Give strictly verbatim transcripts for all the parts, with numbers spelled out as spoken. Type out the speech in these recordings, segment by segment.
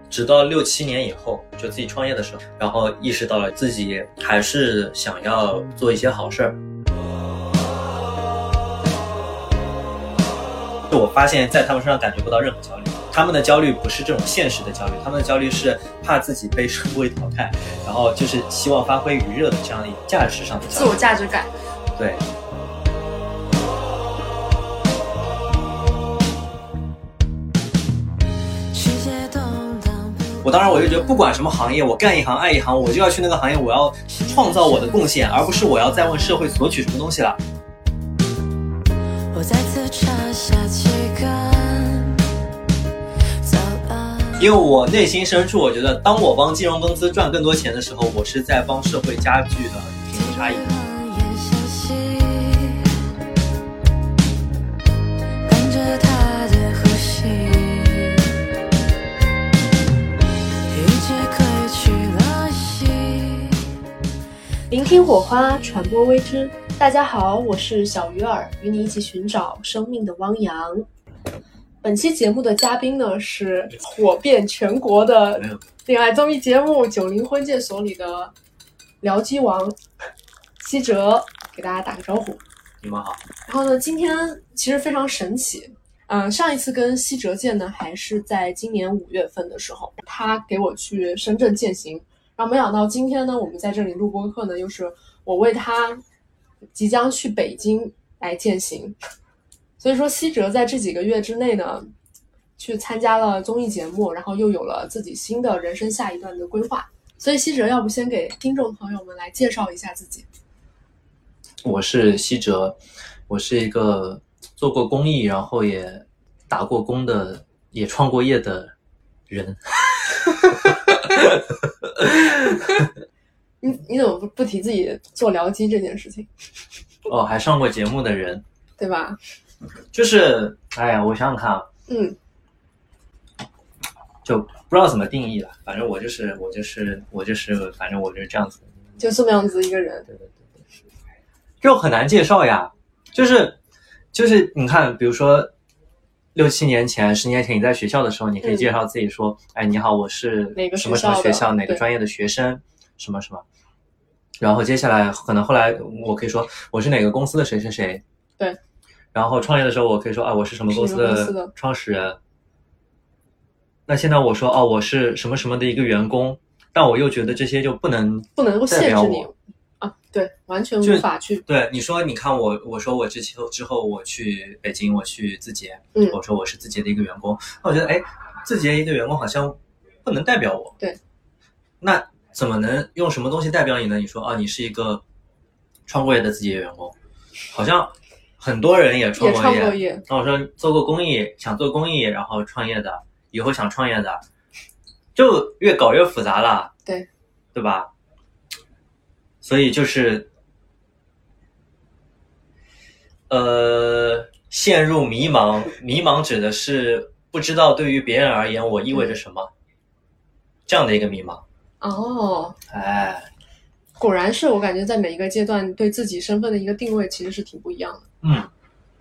直到六七年以后，就自己创业的时候，然后意识到了自己还是想要做一些好事儿。就我发现在他们身上感觉不到任何焦虑，他们的焦虑不是这种现实的焦虑，他们的焦虑是怕自己被社会淘汰，然后就是希望发挥余热的这样的价值上的焦虑， 自我价值感。 对。我当然我就觉得不管什么行业，我干一行爱一行，我就要去那个行业，我要创造我的贡献，而不是我要再问社会索取什么东西了。我再次插下旗杆，因为我内心深处我觉得，当我帮金融公司赚更多钱的时候，我是在帮社会加剧的贫富差异。 聆听火花，传播微知。大家好，我是小鱼儿，与你一起寻找生命的汪洋。本期节目的嘉宾呢是火遍全国的恋爱综艺节目《九零婚介所》里的僚机王希哲，给大家打个招呼。 你们好。 然后呢，今天其实非常神奇，嗯、呃，上一次跟希哲见呢，还是在今年五月份的时候，他给我去深圳践行。然后没想到今天呢，我们在这里录播客呢，又是我为他即将去北京来践行。所以说希哲在这几个月之内呢，去参加了综艺节目，然后又有了自己新的人生下一段的规划。所以希哲要不先给听众朋友们来介绍一下自己。 我是希哲，我是一个做过公益，然后也打过工的，也创过业的人。 你你怎么不不提自己做僚机这件事情？ 哦，还上过节目的人， 对吧？ 就是哎呀，我想想看啊， 嗯， 就不知道怎么定义了。反正我就是我就是我就是反正我就是这样子， 就这么样子一个人。 对对对对，就很难介绍呀。就是就是你看，比如说六七年前、十年前你在学校的时候，你可以介绍自己说：“嗯、哎，你好，我是什么什么学校哪个专业的学生，什么什么。”然后接下来可能后来我可以说我是哪个公司的谁谁谁。 对。 然后创业的时候我可以说啊，我是什么公司的创始人。那现在我说哦，我是什么什么的一个员工，但我又觉得这些就不能不能够限制你啊，对，完全无法去。 对，你说你看我，我说我之后之后我去北京，我去字节， 嗯， 我说我是字节的一个员工，那我觉得哎，字节一个员工好像不能代表我。 对， 那怎么能用什么东西代表你呢？你说啊，你是一个创过业的字节员工，好像很多人也创过业。 也创过业。 那我说做过公益，想做公益，然后创业的，以后想创业的，就越搞越复杂了。 对， 对吧？所以就是，呃，陷入迷茫。迷茫指的是不知道对于别人而言我意味着什么，嗯、这样的一个迷茫。 哦， 哎， 果然是我感觉在每一个阶段对自己身份的一个定位其实是挺不一样的。 嗯，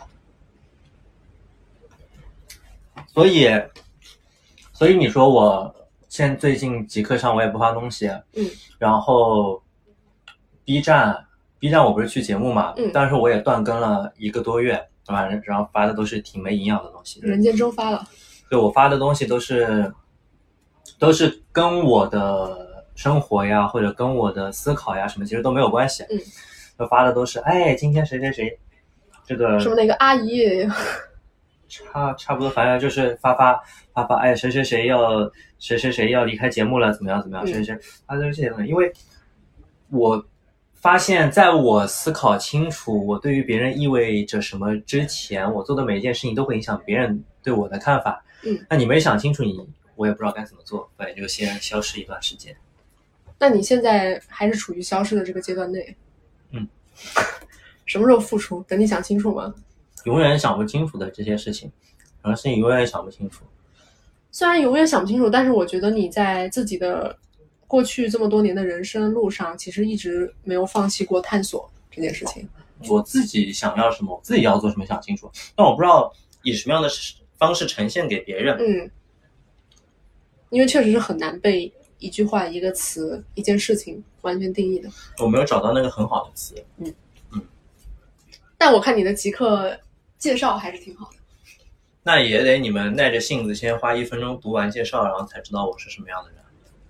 所以，所以你说我现在最近极客上我也不发东西， 嗯， 然后 B 站 B 站我不是去节目嘛， 嗯， 但是我也断更了一个多月，对吧？然后发的都是挺没营养的东西， 人间蒸发了。 对，我发的东西都是都是跟我的生活呀，或者跟我的思考呀什么其实都没有关系， 嗯， 我发的都是哎，今天谁谁谁这个什么那个阿姨。 差差不多，反正就是发发发发，哎，谁谁谁要谁谁谁要离开节目了，怎么样怎么样，谁谁谁，发的这些东西。因为我发现，在我思考清楚我对于别人意味着什么之前，我做的每一件事情都会影响别人对我的看法。 嗯， 那你没想清楚你，我也不知道该怎么做，反正就先消失一段时间。 那你现在还是处于消失的这个阶段内？ 嗯， 什么时候复出？等你想清楚吗？ 永远想不清楚的这些事情，很多事情永远想不清楚。 虽然永远想不清楚，但是我觉得你在自己的过去这么多年的人生路上，其实一直没有放弃过探索这件事情。 我自己想要什么，我自己要做什么想清楚，但我不知道以什么样的方式呈现给别人。 嗯， 因为确实是很难被一句话、一个词、一件事情完全定义的。 我没有找到那个很好的词。 嗯嗯。但我看你的极客介绍还是挺好的。 那也得你们耐着性子先花一分钟读完介绍，然后才知道我是什么样的人。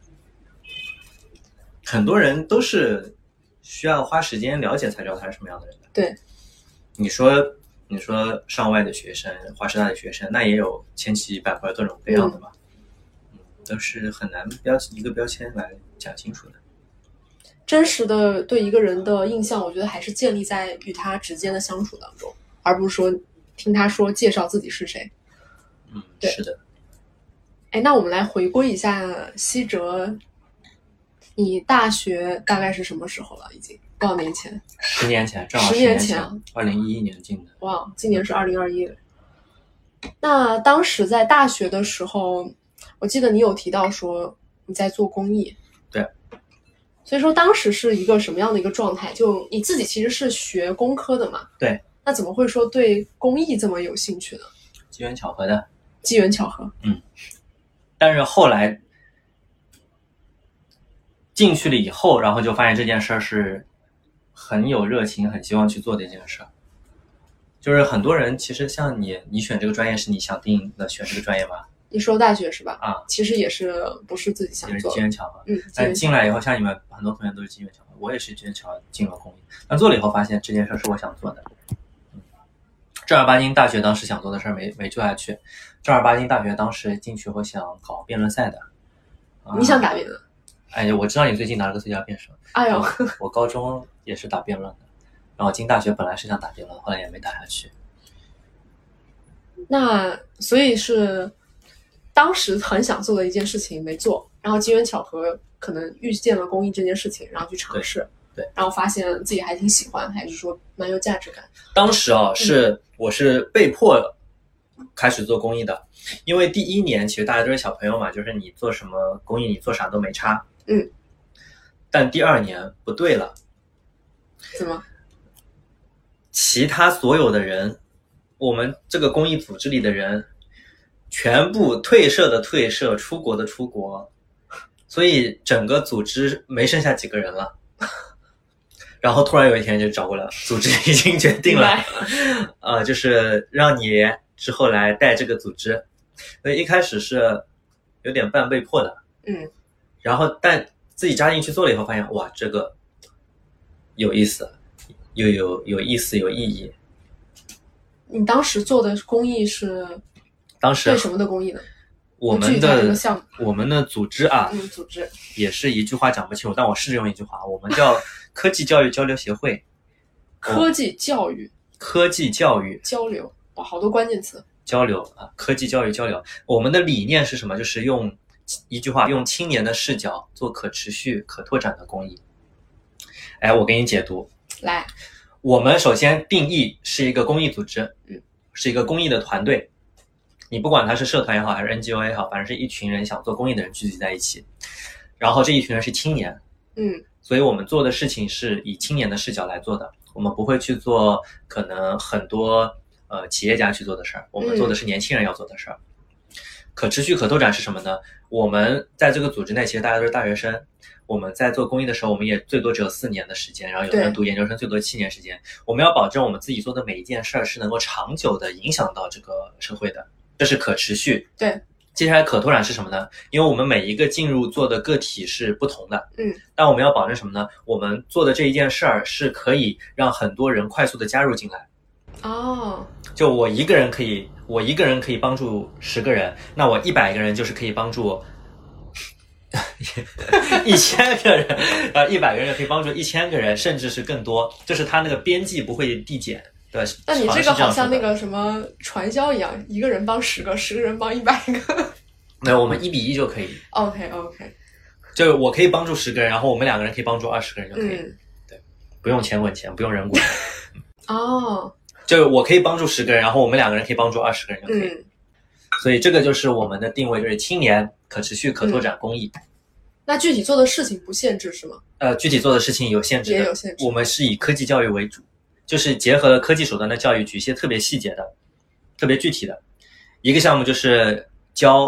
很多人都是需要花时间了解才知道他是什么样的人的。 对。 你说你说上外的学生，华师大的学生，那也有千奇百怪各种各样的嘛。嗯，都是很难标一个标签来讲清楚的。 真实的对一个人的印象，我觉得还是建立在与他之间的相处当中，而不是说听他说介绍自己是谁。 嗯，是的。 哎，那我们来回归一下西哲，你大学大概是什么时候了？已经多少年前？ 十年前，正好十年前， 二零一一年进的。 哇，今年是二零二一。那当时在大学的时候，我记得你有提到说你在做公益。 对。 所以说当时是一个什么样的一个状态？就你自己其实是学工科的嘛？ 对。 那怎么会说对公益这么有兴趣呢？ 机缘巧合的。 机缘巧合。 嗯。但是后来进去了以后，然后就发现这件事儿是很有热情、很希望去做的一件事儿。就是很多人其实像你，你选这个专业是你想定的选这个专业吗？ 你说大学是吧？ 啊， 其实也是不是自己想做的， 也是机缘巧合。 嗯， 但进来以后，像你们很多同学都是机缘巧合，我也是机缘巧合进了公益。但做了以后发现这件事是我想做的。嗯，正儿八经大学当时想做的事没没做下去。正儿八经大学当时进去我想搞辩论赛的。 啊、你想打辩论？ 哎，我知道你最近拿了个最佳辩手。 哎呦， 我, 我高中也是打辩论的，然后进大学本来是想打辩论，后来也没打下去。 那所以是当时很想做的一件事情没做，然后机缘巧合可能遇见了公益这件事情，然后去尝试， 对, 对， 然后发现自己还挺喜欢，还是说蛮有价值感。 当时啊，是、嗯、我是被迫开始做公益的，因为第一年其实大家都是小朋友嘛，就是你做什么公益，你做啥都没差。 嗯。 但第二年不对了。 怎么？ 其他所有的人，我们这个公益组织里的人，全部退社的退社，出国的出国，所以整个组织没剩下几个人了。然后突然有一天就找过来，组织已经决定了，呃，就是让你之后来带这个组织。所以一开始是有点半被迫的， 嗯， 然后但自己扎进去做了以后，发现哇，这个有意思，又有有意思，有意义。 你当时做的公益是？ 当时对什么的公益呢？ 我们的项目， 我们的组织啊， 嗯，组织也是一句话讲不清楚，但我试着用一句话，我们叫科技教育交流协会。 科技教育， 科技教育交流，哇，好多关键词。 交流啊，科技教育交流。我们的理念是什么？就是用一句话，用青年的视角做可持续、可拓展的公益。哎，我给你解读。 来， 我们首先定义是一个公益组织， 嗯， 是一个公益的团队。你不管它是社团也好，还是 N G O 也好，反正是一群人想做公益的人聚集在一起。然后这一群人是青年， 嗯， 所以我们做的事情是以青年的视角来做的。我们不会去做可能很多呃企业家去做的事儿，我们做的是年轻人要做的事儿。嗯、可持续可拓展是什么呢？我们在这个组织内，其实大家都是大学生。我们在做公益的时候，我们也最多只有四年的时间，然后有的人读研究生最多七年时间。我们要保证我们自己做的每一件事儿是能够长久的影响到这个社会的。这是可持续。 对， 接下来可拓展是什么呢？因为我们每一个进入做的个体是不同的， 嗯， 但我们要保证什么呢？我们做的这一件事儿是可以让很多人快速的加入进来。 哦， 就我一个人可以，我一个人可以帮助十个人，那我一百个人就是可以帮助一千个人，啊，一百个人可以帮助一千个人，甚至是更多，就是它那个边际不会递减。对， 那你这个好像那个什么传销一样，一个人帮十个，十个人帮一百个。 没有，我们一比一就可以。 OK OK， 就是我可以帮助十个人，然后我们两个人可以帮助二十个人就可以。 嗯， 对，不用钱滚钱，不用人滚。 哦， 就是我可以帮助十个人，然后我们两个人可以帮助二十个人就可以。 嗯， 所以这个就是我们的定位，就是青年可持续可拓展公益。 嗯、那具体做的事情不限制是吗？ 呃，具体做的事情有限制的， 也有限制。 我们是以科技教育为主。就是结合了科技手段的教育，举一些特别细节的、特别具体的。一个项目就是教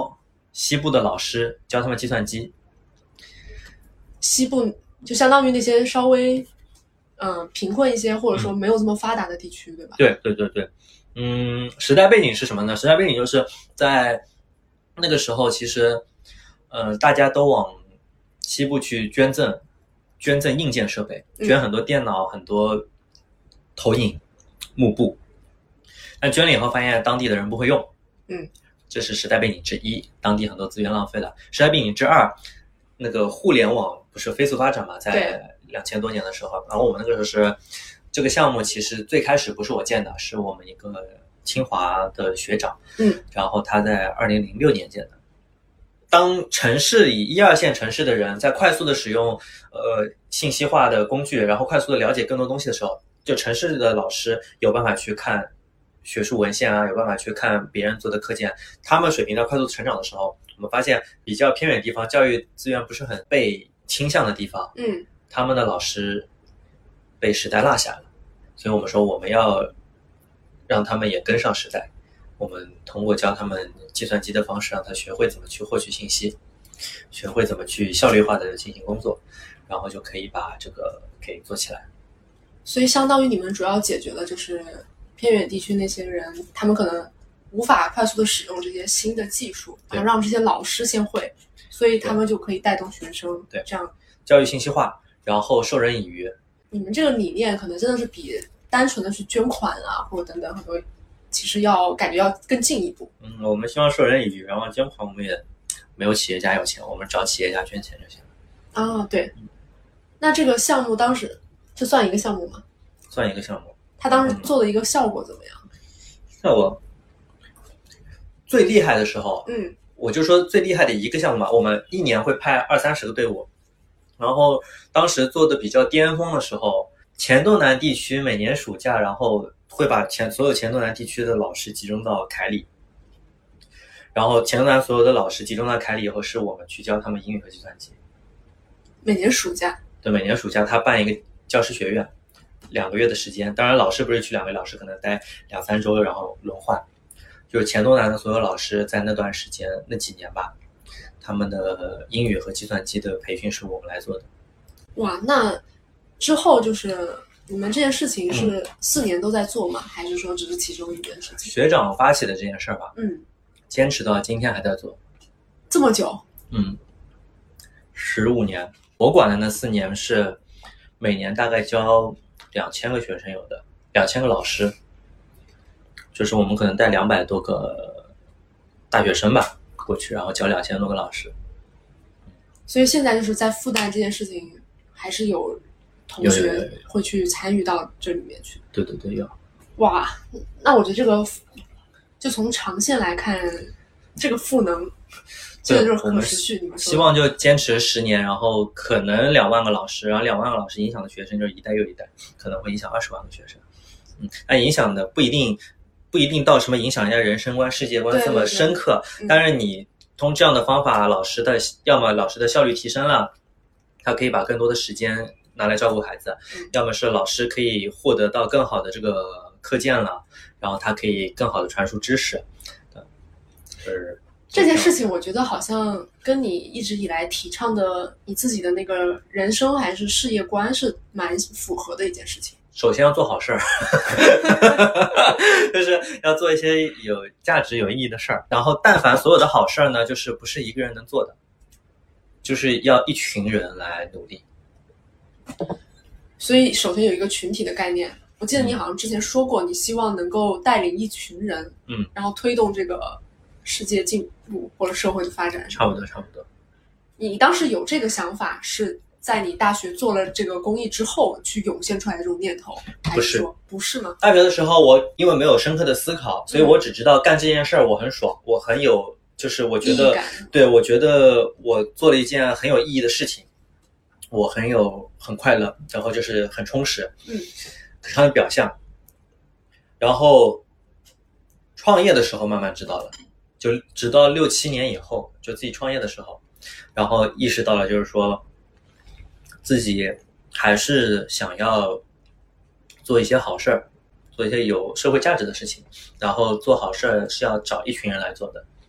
西部的老师教他们计算机。 西部就相当于那些稍微嗯、呃、贫困一些或者说没有这么发达的地区、嗯、对吧？ 对对对对，嗯，时代背景是什么呢？时代背景就是在那个时候，其实呃大家都往西部去捐赠捐赠硬件设备，捐很多电脑、嗯、很多投影幕布，但捐了以后发现当地的人不会用， 嗯， 这是时代背景之一，当地很多资源浪费了。时代背景之二，那个互联网不是飞速发展嘛，在两千多年的时候，然后我们那个时候是这个项目，其实最开始不是我建的，是我们一个清华的学长， 嗯， 然后他在二零零六年建的。当城市以一二线城市的人在快速的使用呃信息化的工具，然后快速的了解更多东西的时候，就城市的老师有办法去看学术文献啊，有办法去看别人做的课件，他们水平在快速成长的时候，我们发现比较偏远的地方，教育资源不是很被倾向的地方， 嗯， 他们的老师被时代落下了，所以我们说我们要让他们也跟上时代，我们通过教他们计算机的方式，让他学会怎么去获取信息，学会怎么去效率化的进行工作，然后就可以把这个给做起来。 所以相当于你们主要解决的就是偏远地区那些人，他们可能无法快速的使用这些新的技术，然后让这些老师先会，所以他们就可以带动学生， 对， 这样教育信息化，然后授人以渔。 你们这个理念可能真的是比单纯的去捐款啊，或者等等很多，其实要感觉要更进一步。 嗯，我们希望授人以渔，然后捐款我们也没有企业家有钱，我们找企业家捐钱就行了。 啊，对。那这个项目当时这算一个项目吗？ 算一个项目。 他当时做的一个效果怎么样？ 效果最厉害的时候， 嗯， 我就说最厉害的一个项目嘛，我们一年会派二三十个队伍，然后当时做的比较巅峰的时候，黔东南地区每年暑假，然后会把前所有黔东南地区的老师集中到凯里，然后黔东南所有的老师集中到凯里以后，是我们去教他们英语和计算机。 每年暑假？ 对，每年暑假他办一个教师学院，两个月的时间，当然老师不是去两个月，老师可能待两三周，然后轮换。就是黔东南的所有老师在那段时间那几年吧，他们的英语和计算机的培训是我们来做的。 哇，那之后就是你们这件事情是四年都在做吗？嗯、还是说只是其中一件事情？ 学长发起的这件事吧， 嗯， 坚持到今天还在做。 这么久？ 嗯，十五年。我管的那四年是每年大概教两千个学生，有的两千个老师，就是我们可能带两百多个大学生吧过去，然后教两千多个老师。 所以现在就是在复旦这件事情，还是有同学会去参与到这里面去。 对对对，有。 哇，那我觉得这个就从长线来看，这个赋能。这个就是可持续，你们希望就坚持十年，然后可能两万个老师，然后两万个老师影响的学生就是一代又一代，可能会影响二十万个学生。嗯，但影响的不一定不一定到什么影响人家人生观、世界观这么深刻。 对对对， 但是你通这样的方法，老师的要么老师的效率提升了，他可以把更多的时间拿来照顾孩子； 嗯、 要么是老师可以获得到更好的这个课件了，然后他可以更好的传输知识。对，是。 这件事情我觉得好像跟你一直以来提倡的你自己的那个人生还是事业观是蛮符合的一件事情。 首先要做好事儿就是要做一些有价值有意义的事儿，然后但凡所有的好事儿呢，就是不是一个人能做的，就是要一群人来努力。 所以首先有一个群体的概念，我记得你好像之前说过，你希望能够带领一群人， 嗯， 然后推动这个世界进步或者社会的发展。 差不多差不多。 你当时有这个想法是在你大学做了这个公益之后去涌现出来的这种念头？ 不是， 不是吗？ 大学的时候我因为没有深刻的思考，所以我只知道干这件事儿我很爽，我很有就是我觉得对，我觉得我做了一件很有意义的事情，我很有很快乐，然后就是很充实， 嗯， 很有表象。然后创业的时候慢慢知道了，就直到六七年以后，就自己创业的时候，然后意识到了，就是说自己还是想要做一些好事儿，做一些有社会价值的事情，然后做好事儿是要找一群人来做的。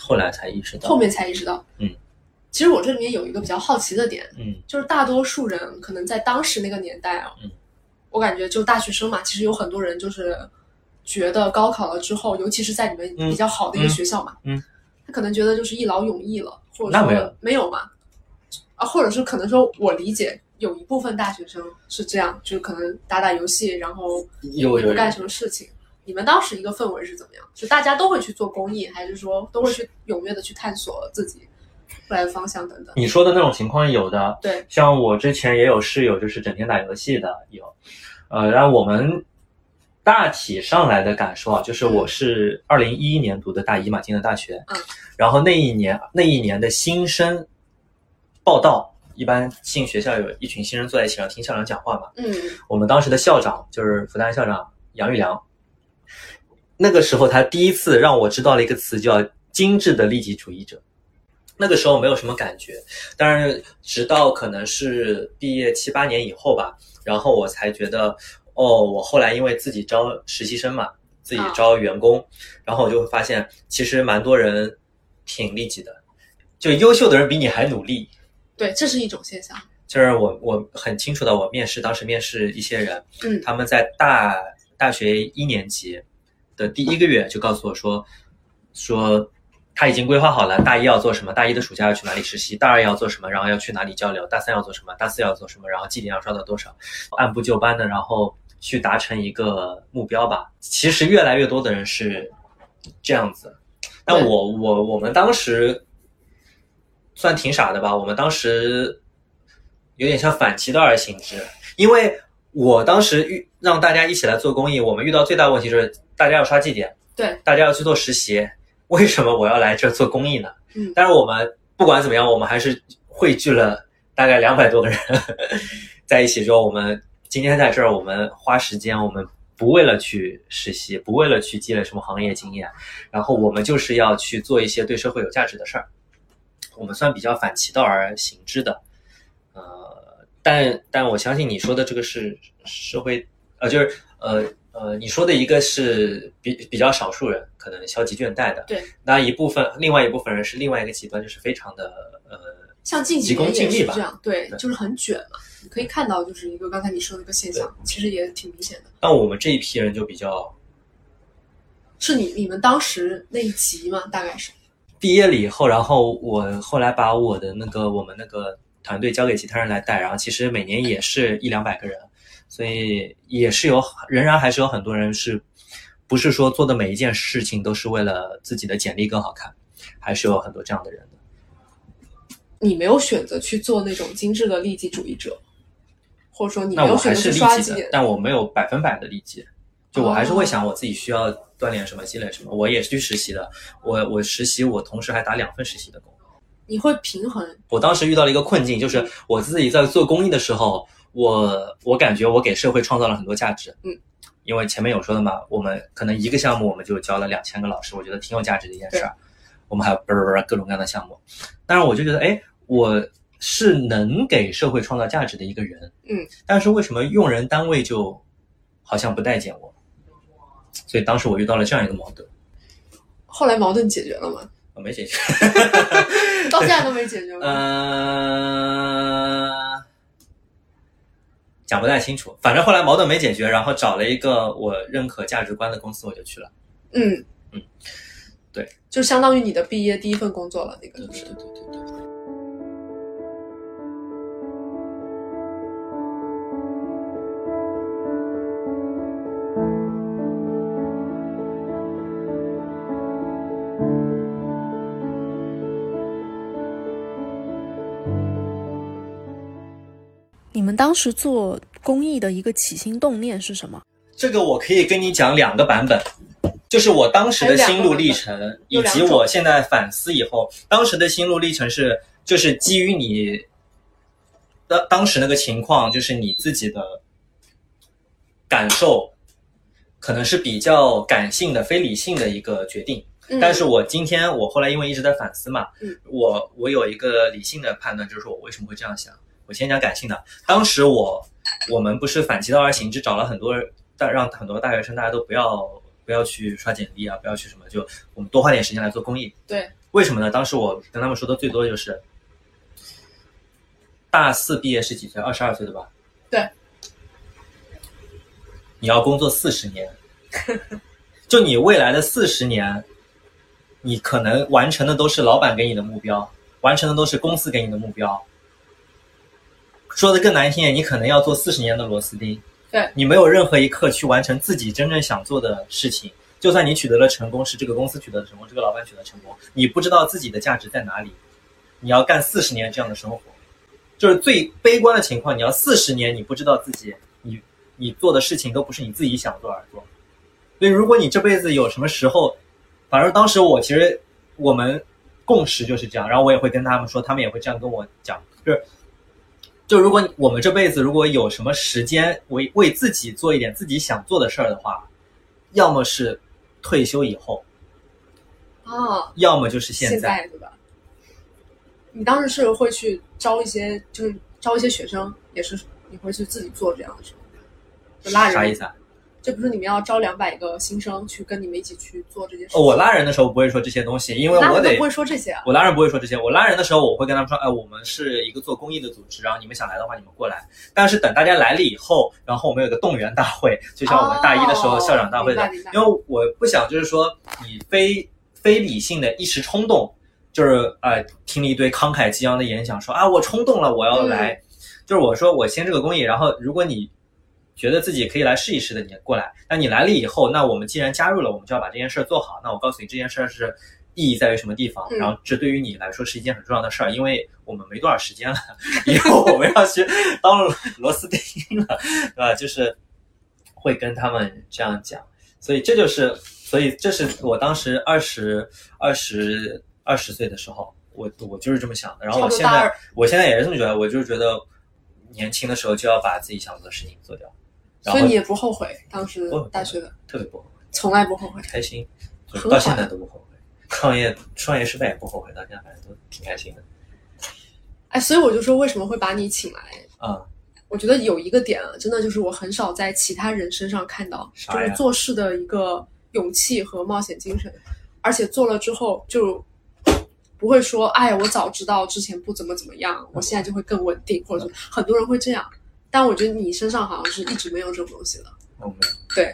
后来才意识到， 后面才意识到。 嗯， 其实我这里面有一个比较好奇的点， 嗯， 就是大多数人可能在当时那个年代啊， 嗯， 我感觉就大学生嘛，其实有很多人就是觉得高考了之后，尤其是在你们比较好的一个学校嘛， 嗯，嗯他可能觉得就是一劳永逸了，或者说那没有没有嘛，啊，或者是可能说我理解有一部分大学生是这样，就是可能打打游戏，然后有有不干什么事情。你们当时一个氛围是怎么样？就大家都会去做公益，还是说都会去踊跃的去探索自己未来的方向等等？ 你说的那种情况有的， 对， 像我之前也有室友，就是整天打游戏的有，呃，然后我们大体上来的感受啊，就是我是二零一一年读的大一嘛，进的大学， 嗯， 然后那一年那一年的新生报到，一般进学校有一群新生坐在一起，然后听校长讲话嘛， 嗯， 我们当时的校长就是复旦校长杨玉良。那个时候他第一次让我知道了一个词叫精致的利己主义者，那个时候没有什么感觉，当然直到可能是毕业七八年以后吧，然后我才觉得哦，我后来因为自己招实习生嘛，自己招员工，哦，然后我就会发现其实蛮多人挺利己的，就优秀的人比你还努力。 对，这是一种现象。 就是我我很清楚的，我面试当时面试一些人， 嗯， 他们在大大学一年级的第一个月就告诉我说，说他已经规划好了大一要做什么，大一的暑假要去哪里实习，大二要做什么，然后要去哪里交流，大三要做什么，大四要做什么，然后绩点要刷到多少，按部就班的，然后去达成一个目标吧。其实越来越多的人是这样子，但我我我们当时算挺傻的吧，我们当时有点像反其道而行之，因为我当时遇让大家一起来做公益，我们遇到最大的问题就是大家要刷绩点， 对， 大家要去做实习，为什么我要来这做公益呢？ 嗯， 但是我们不管怎么样，我们还是汇聚了大概两百多个人在一起之后，我们今天在这儿，我们花时间，我们不为了去实习，不为了去积累什么行业经验，然后我们就是要去做一些对社会有价值的事儿，我们算比较反其道而行之的。呃，但但我相信你说的这个是社会，呃，就是呃呃，你说的一个是比比较少数人可能消极倦怠的， 对， 那一部分另外一部分人是另外一个极端，就是非常的呃， 像近几年也是这样，对， 对， 就是很卷嘛，你可以看到就是一个刚才你说的一个现象，其实也挺明显的。 但我们这一批人就比较， 是你你们当时那一级吗？大概是毕业了以后，然后我后来把我的那个我们那个团队交给其他人来带，然后其实每年也是一两百个人，所以也是有仍然还是有很多人是不是说做的每一件事情都是为了自己的简历更好看，还是有很多这样的人的。 你没有选择去做那种精致的利己主义者，或者说你没有选择去刷绩点， 但我没有百分百的利己，就我还是会想我自己需要锻炼什么积累什么，我也是去实习的，我我实习我同时还打两份实习的工。 你会平衡。 我当时遇到了一个困境，就是我自己在做公益的时候，我我感觉我给社会创造了很多价值。 嗯， 因为前面有说的嘛，我们可能一个项目我们就教了两千个老师，我觉得挺有价值的一件事儿。我们还有啵啵啵各种各样的项目，但是我就觉得，哎，我是能给社会创造价值的一个人。 嗯， 但是为什么用人单位就好像不待见我？所以当时我遇到了这样一个矛盾。 后来矛盾解决了吗？ 我没解决， 到现在都没解决吗？ 呃，讲不太清楚。反正后来矛盾没解决，然后找了一个我认可价值观的公司，我就去了。 嗯嗯，对， 就相当于你的毕业第一份工作了，那个。 对对对对对对。 你们当时做公益的一个起心动念是什么？ 这个我可以跟你讲两个版本，就是我当时的心路历程，以及我现在反思以后，当时的心路历程是，就是基于你的当时那个情况，就是你自己的感受，可能是比较感性的、非理性的一个决定。 嗯、 但是我今天我后来因为一直在反思嘛， 嗯、 我我有一个理性的判断，就是说我为什么会这样想。我先讲感性的，当时我我们不是反其道而行之，找了很多让很多大学生大家都不要不要去刷简历啊，不要去什么，就我们多花点时间来做公益。 对， 为什么呢？当时我跟他们说的最多就是大四毕业是几岁？二十二岁对吧？ 对。 你要工作四十年，就你未来的四十年，你可能完成的都是老板给你的目标，完成的都是公司给你的目标。说的更难听点，你可能要做四十年的螺丝钉。 对， 你没有任何一刻去完成自己真正想做的事情。就算你取得了成功，是这个公司取得了成功，这个老板取得成功，你不知道自己的价值在哪里。你要干四十年这样的生活，就是最悲观的情况，你要四十年你不知道自己你你做的事情都不是你自己想做而做。所以如果你这辈子有什么时候，反正当时我其实我们共识就是这样，然后我也会跟他们说，他们也会这样跟我讲，就是就如果我们这辈子如果有什么时间为为自己做一点自己想做的事儿的话，要么是退休以后， 哦， 要么就是现在， 现在对吧？你当时是会去招一些，就是招一些学生，也是你会去自己做这样的事，就拉人。 啥意思啊？ 就比如说你们要招两百个新生去跟你们一起去做这件事。 哦，我拉人的时候不会说这些东西，因为我得不会说这些啊。 我拉人不会说这些，我拉人的时候我会跟他们说，哎，我们是一个做公益的组织，然后你们想来的话你们过来。但是等大家来了以后，然后我们有个动员大会，就像我们大一的时候校长大会的， 哦、 因为我不想就是说你非非理性的一时冲动，就是呃听了一堆慷慨激昂的演讲，说啊我冲动了我要来，嗯、就是我说我先这个公益，然后如果你觉得自己可以来试一试的，你过来。那你来了以后，那我们既然加入了，我们就要把这件事做好。那我告诉你这件事是意义在于什么地方， 嗯、 然后这对于你来说是一件很重要的事儿，因为我们没多少时间了，以后我们要去当螺丝钉了，对吧？就是会跟他们这样讲，所以这就是，所以这是我当时二十二十二十岁的时候，我我就是这么想的。然后我现在我现在也是这么觉得，我就是觉得年轻的时候就要把自己想做的事情做掉。 所以你也不后悔当时大学的？ 特别不后悔， 从来不后悔， 开心，到现在都不后悔。创业创业失败也不后悔，到现在反正都挺开心的。 哎，所以我就说为什么会把你请来啊、嗯？ 我觉得有一个点啊，真的就是我很少在其他人身上看到，就是做事的一个勇气和冒险精神，而且做了之后就不会说，哎，我早知道之前不怎么怎么样，我现在就会更稳定，或者说很多人会这样。但我觉得你身上好像是一直没有这种东西的。 我没有。 对。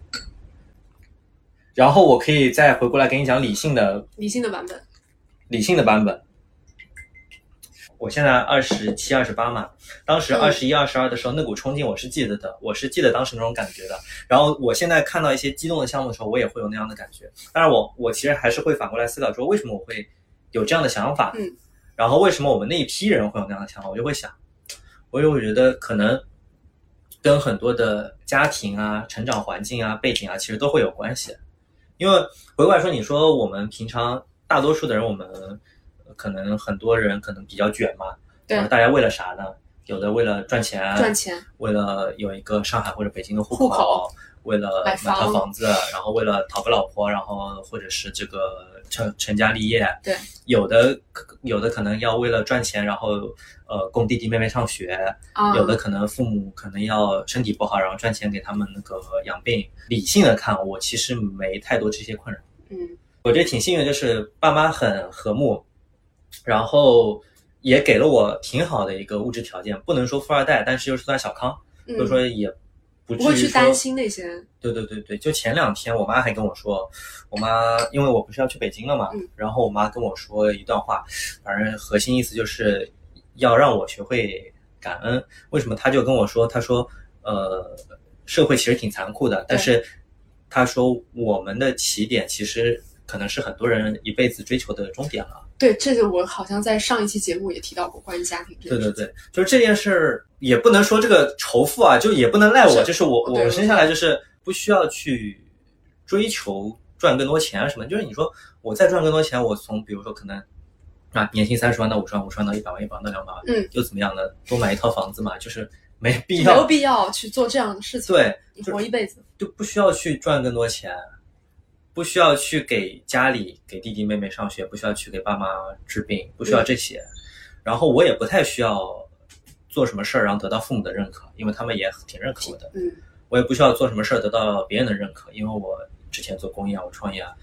然后我可以再回过来给你讲理性的理性的版本。 理性的版本。我现在二十七、二十八嘛，当时二十一、二十二的时候，那股冲劲我是记得的，我是记得当时那种感觉的。然后我现在看到一些激动的项目的时候，我也会有那样的感觉。当然我我其实还是会反过来思考说，为什么我会有这样的想法？ 嗯。 然后为什么我们那一批人会有那样的想法？我就会想。我就觉得可能跟很多的家庭啊、成长环境啊、背景啊，其实都会有关系。因为回过来说，你说我们平常大多数的人，我们可能很多人可能比较卷嘛， 对， 大家为了啥呢？有的为了赚钱， 赚钱， 为了有一个上海或者北京的户口， 户口为了买套房子，然后为了讨个老婆，然后或者是这个成成家立业， 对， 有的有的可能要为了赚钱，然后呃供弟弟妹妹上学， 啊、 有的可能父母可能要身体不好，然后赚钱给他们那个养病。理性的看，我其实没太多这些困扰。 嗯， 我觉得挺幸运，就是爸妈很和睦，然后也给了我挺好的一个物质条件，不能说富二代，但是又是算小康， 嗯、 就是说也不至于不会去担心那些。 对对对对，就前两天我妈还跟我说，我妈因为我不是要去北京了嘛， 嗯、 然后我妈跟我说一段话，反正核心意思就是要让我学会感恩。为什么？她就跟我说，她说呃，社会其实挺残酷的，但是她说我们的起点其实可能是很多人一辈子追求的终点了。 对，这个我好像在上一期节目也提到过关于家庭这件事。 对对对，就是这件事儿也不能说这个仇富啊，就也不能赖我，就是我我生下来就是不需要去追求赚更多钱啊什么，就是你说我再赚更多钱，我从比如说可能啊年薪三十万到五十万，五十万到一百万，一百万到两百万， 嗯， 又怎么样呢？多买一套房子嘛，就是没必要， 没有必要去做这样的事情。 对， 你活一辈子就不需要去赚更多钱。不需要去给家里给弟弟妹妹上学，不需要去给爸妈治病，不需要这些、嗯、然后我也不太需要做什么事儿然后得到父母的认可，因为他们也挺认可我的。 嗯， 我也不需要做什么事儿得到别人的认可，因为我之前做公益啊，我创业啊，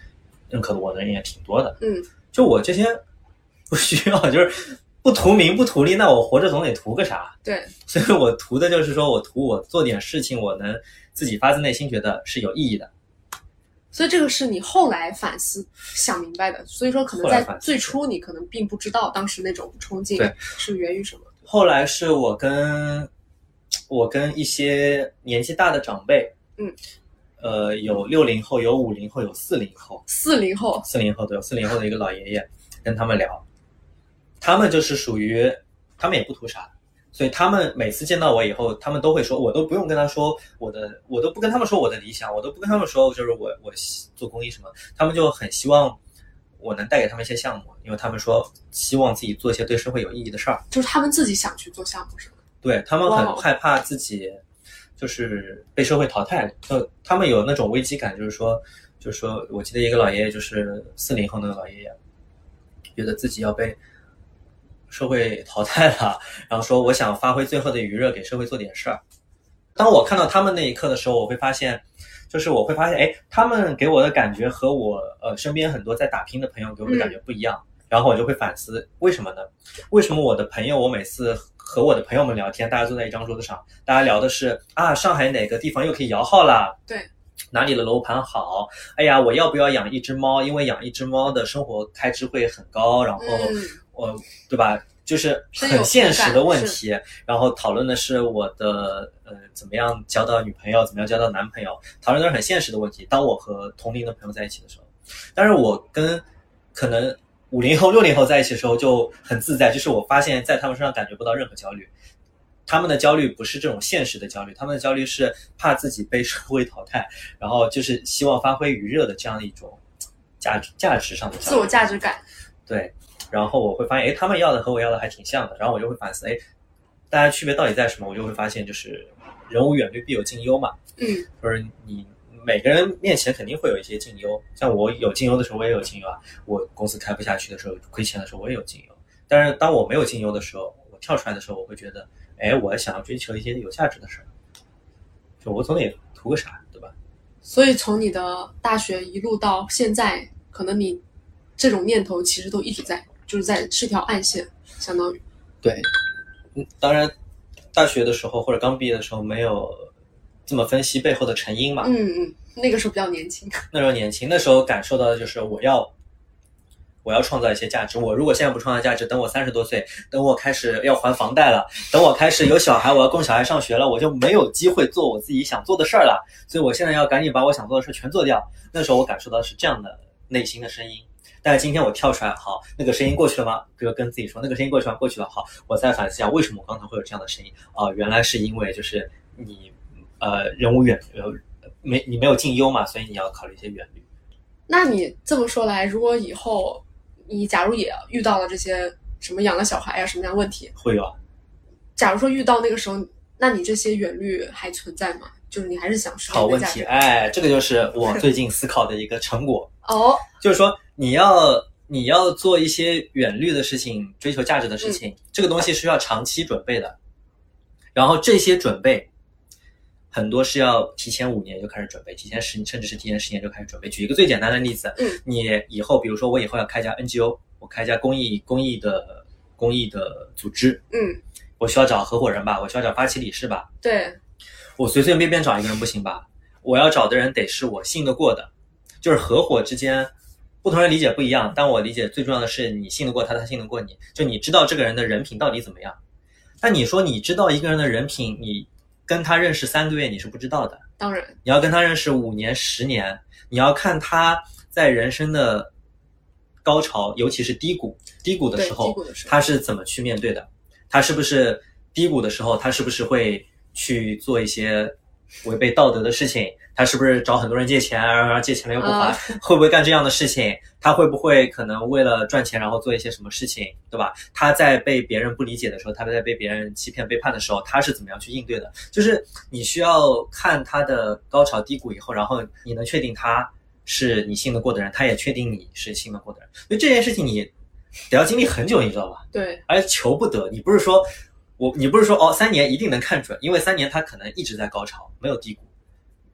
认可的我的人也挺多的。 嗯， 就我这些不需要，就是不图名不图利，那我活着总得图个啥？ 对， 所以我图的就是说我图我做点事情，我能自己发自内心觉得是有意义的。 所以这个是你后来反思想明白的，所以说可能在最初你可能并不知道当时那种冲劲是源于什么。 后来是我跟我跟一些年纪大的长辈， 嗯， 呃，有六零后，有五零后，有四零后， 四零后， 四零后对，有四零后的一个老爷爷，跟他们聊，他们就是属于他们也不图啥。所以他们每次见到我以后，他们都会说，我都不用跟他说我的，我都不跟他们说我的理想，我都不跟他们说就是我我做公益什么，他们就很希望我能带给他们一些项目，因为他们说希望自己做一些对社会有意义的事儿， 就是他们自己想去做项目是吗？ 对，他们很害怕自己就是被社会淘汰，就他们有那种危机感，就是说，就是说我记得一个老爷爷，就是四零后那个老爷爷，觉得自己要被社会淘汰了，然后说我想发挥最后的余热给社会做点事儿。当我看到他们那一刻的时候，我会发现就是我会发现哎，他们给我的感觉和我呃身边很多在打拼的朋友给我的感觉不一样、嗯、然后我就会反思为什么呢？为什么我的朋友，我每次和我的朋友们聊天，大家坐在一张桌子上，大家聊的是啊上海哪个地方又可以摇号啦， 对， 哪里的楼盘好，哎呀我要不要养一只猫，因为养一只猫的生活开支会很高，然后我、嗯、对吧，就是很现实的问题，然后讨论的是我的呃怎么样交到女朋友，怎么样交到男朋友，讨论的是很现实的问题。当我和同龄的朋友在一起的时候，但是我跟可能五零后六零后在一起的时候就很自在，就是我发现在他们身上感觉不到任何焦虑，他们的焦虑不是这种现实的焦虑，他们的焦虑是怕自己被社会淘汰，然后就是希望发挥余热的这样一种价值价值上的自我价值感。 对，然后我会发现哎，他们要的和我要的还挺像的，然后我就会反思哎，大家区别到底在什么，我就会发现就是人无远虑必有近忧嘛。 嗯， 就是你每个人面前肯定会有一些近忧，像我有近忧的时候我也有近忧啊，我公司开不下去的时候亏钱的时候我也有近忧，但是当我没有近忧的时候，我跳出来的时候，我会觉得哎，我想要追求一些有价值的事儿，就我总得图个啥，对吧？ 所以从你的大学一路到现在，可能你这种念头其实都一直在，就是在是条暗线，相当于。 对，当然大学的时候或者刚毕业的时候没有这么分析背后的成因嘛。 嗯嗯，那个时候比较年轻。 那时候年轻，那时候感受到的就是我要我要创造一些价值。我如果现在不创造价值，等我三十多岁，等我开始要还房贷了，等我开始有小孩，我要供小孩上学了，我就没有机会做我自己想做的事儿了。所以我现在要赶紧把我想做的事全做掉。那时候我感受到是这样的内心的声音。但是今天我跳出来，好，那个声音过去了吗？比如跟自己说，那个声音过去了，过去了，好，我再反思一下，为什么我刚才会有这样的声音啊、呃？原来是因为就是你呃人无远呃没你没有近忧嘛，所以你要考虑一些远虑。 那你这么说来，如果以后你假如也遇到了这些什么养了小孩啊什么样的问题， 会有啊。 假如说遇到那个时候，那你这些远虑还存在吗？就是你还是想实好问题，哎，这个就是我最近思考的一个成果哦， 就是说你要你要做一些远虑的事情，追求价值的事情、嗯、这个东西是要长期准备的，然后这些准备很多是要提前五年就开始准备，提前十甚至是提前十年就开始准备。举一个最简单的例子， 嗯， 你以后比如说我以后要开一家 N G O， 我开一家公益公益的公益的组织， 嗯， 我需要找合伙人吧，我需要找发起理事吧， 对， 我随随便便找一个人不行吧，我要找的人得是我信得过的。就是合伙之间不同人理解不一样，但我理解最重要的是你信得过他，他信得过你，就你知道这个人的人品到底怎么样。但你说你知道一个人的人品，你跟他认识三个月你是不知道的， 当然你要跟他认识五年十年，你要看他在人生的高潮尤其是低谷低谷的时候他是怎么去面对的，他是不是低谷的时候他是不是会去做一些违背道德的事情，他是不是找很多人借钱，然后借钱了又不还、uh. 会不会干这样的事情，他会不会可能为了赚钱然后做一些什么事情，对吧？他在被别人不理解的时候，他在被别人欺骗背叛的时候，他是怎么样去应对的，就是你需要看他的高潮低谷以后，然后你能确定他是你信得过的人，他也确定你是信得过的人。所以这件事情你得要经历很久，你知道吧？ 对， 而且求不得，你不是说我你不是说哦三年一定能看准，因为三年他可能一直在高潮没有低谷，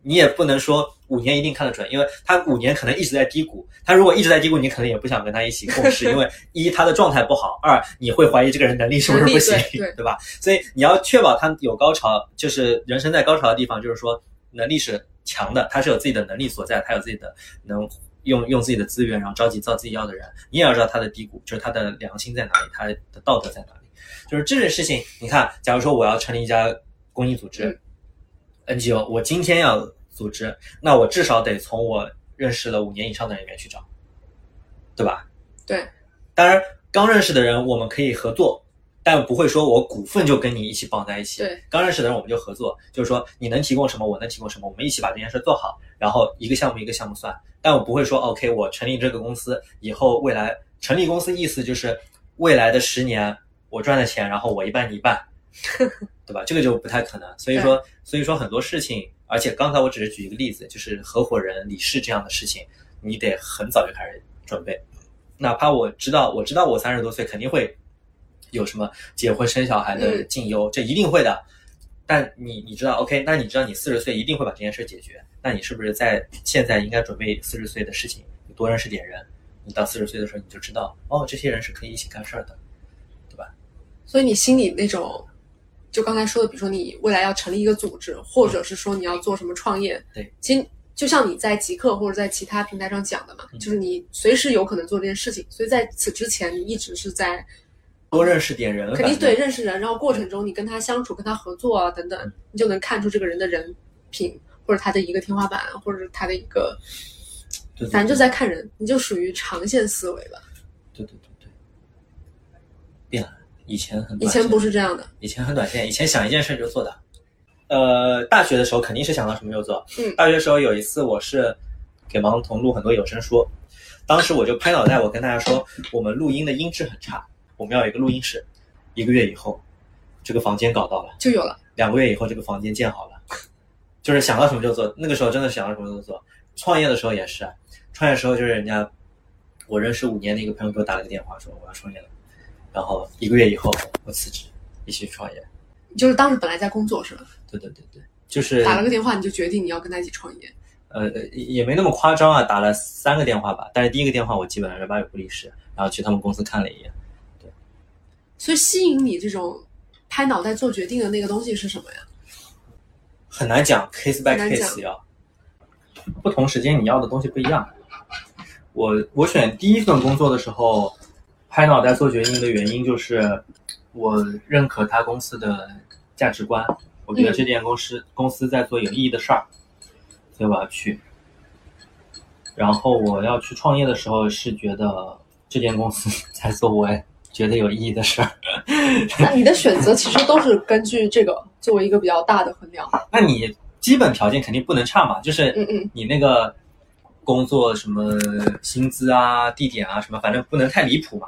你也不能说五年一定看得准，因为他五年可能一直在低谷，他如果一直在低谷，你可能也不想跟他一起共事，因为一他的状态不好，二你会怀疑这个人能力是不是不行， 对, 对, 对吧？所以你要确保他有高潮，就是人生在高潮的地方，就是说能力是强的，他是有自己的能力所在，他有自己的能用用自己的资源，然后召集造自己要的人。你也要知道他的低谷，就是他的良心在哪里，他的道德在哪里。就是这件事情，你看，假如说我要成立一家公益组织、嗯、N G O， 我今天要组织，那我至少得从我认识了五年以上的人里面去找，对吧？ 对。 当然，刚认识的人我们可以合作，但不会说我股份就跟你一起绑在一起。 对。 刚认识的人我们就合作，就是说你能提供什么，我能提供什么，我们一起把这件事做好，然后一个项目一个项目算。但我不会说 OK， 我成立这个公司以后，未来成立公司意思就是未来的十年我赚的钱，然后我一半你一半，对吧？这个就不太可能。所以说，所以说很多事情，而且刚才我只是举一个例子，就是合伙人、理事这样的事情，你得很早就开始准备。哪怕我知道，我知道我三十多岁肯定会有什么结婚生小孩的近忧，嗯、这一定会的。但你你知道 OK， 那你知道你四十岁一定会把这件事解决，那你是不是在现在应该准备四十岁的事情，你多认识点人，你到四十岁的时候你就知道，哦，这些人是可以一起干事的，对吧？ 所以你心里那种，就刚才说的，比如说你未来要成立一个组织，或者是说你要做什么创业， 对， 其实就像你在极客或者在其他平台上讲的嘛，嗯、就是你随时有可能做这件事情，所以在此之前你一直是在多认识点人， 肯定对认识人，然后过程中你跟他相处、跟他合作啊等等，嗯、你就能看出这个人的人品，或者他的一个天花板，或者他的一个， 对对对， 反正就在看人，你就属于长线思维吧。 对对对对，变了，以前很短线，以前不是这样的， 以前很短线，以前想一件事就做的。呃，大学的时候肯定是想到什么就做。 嗯， 大学的时候有一次我是给盲童录很多有声书，当时我就拍脑袋，我跟大家说，我们录音的音质很差。我们要有一个录音室，一个月以后，这个房间搞到了， 就有了。 两个月以后，这个房间建好了，就是想到什么就做。那个时候真的想到什么就做。创业的时候也是，创业的时候就是人家我认识五年的一个朋友给我打了个电话说我要创业了，然后一个月以后我辞职，一起创业。 就是当时本来在工作是吧？ 对对对对，就是打了个电话你就决定你要跟他一起创业。 呃，也没那么夸张啊，打了三个电话吧，但是第一个电话我基本上是八九不离十，然后去他们公司看了一眼。 所以吸引你这种拍脑袋做决定的那个东西是什么呀？ 很难讲 ，case by case 要，不同时间你要的东西不一样。我我选第一份工作的时候，拍脑袋做决定的原因就是我认可他公司的价值观，我觉得这间公司、嗯、公司在做有意义的事儿，所以我要去。然后我要去创业的时候是觉得这间公司在做我觉得有意义的事儿。 那你的选择其实都是根据这个作为一个比较大的衡量。 那你基本条件肯定不能差嘛，就是你那个工作什么薪资啊、地点啊什么，反正不能太离谱嘛。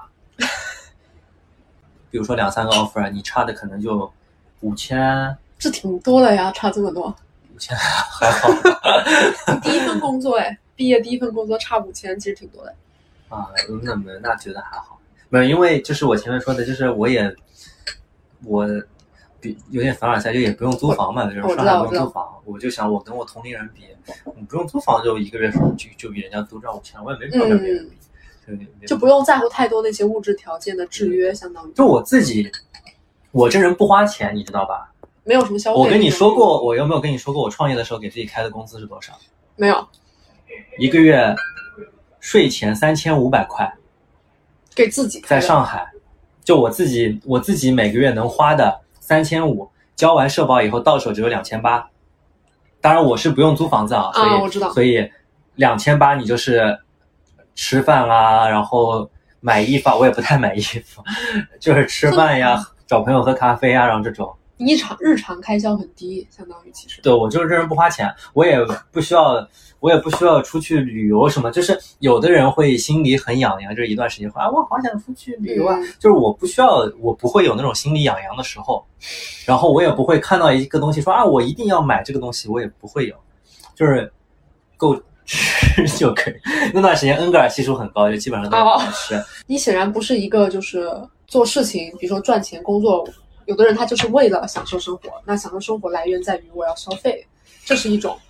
比如说两三个 offer， 你差的可能就五千， 这挺多的呀，差这么多。 五千还好。 第一份工作哎，毕业第一份工作差五千，其实挺多的。 啊，那没那觉得还好。没有，因为就是我前面说的，就是我也我比有点凡尔赛，就也不用租房嘛，就是上海不用租房，我就想我跟我同龄人比，你不用租房就一个月就就比人家租赚五千，我也没必要跟别人比。 嗯，就不用在乎太多那些物质条件的制约，相当于。 就我自己，我这人不花钱，你知道吧？ 没有什么消费。 我跟你说过，我有没有跟你说过，我创业的时候给自己开的工资是多少？ 没有。 一个月税前三千五百块， 给自己在上海，就我自己，我自己每个月能花的三千五，交完社保以后到手只有两千八。当然我是不用租房子啊，所以、 啊、我知道， 所以两千八你就是吃饭啊，然后买衣服，我也不太买衣服，就是吃饭呀，找朋友喝咖啡啊，然后这种。 你日常日常开销很低，相当于其实。 对，我就是这人不花钱，我也不需要，我也不需要出去旅游什么。就是有的人会心里很痒痒，就是一段时间说啊，我好想出去旅游啊。嗯、就是我不需要，我不会有那种心里痒痒的时候，然后我也不会看到一个东西说啊，我一定要买这个东西，我也不会有，就是够吃就可以。那段时间恩格尔系数很高，就基本上都是吃。 哦、你显然不是一个就是做事情，比如说赚钱工作。有的人他就是为了享受生活，那享受生活来源在于我要消费，这是一种。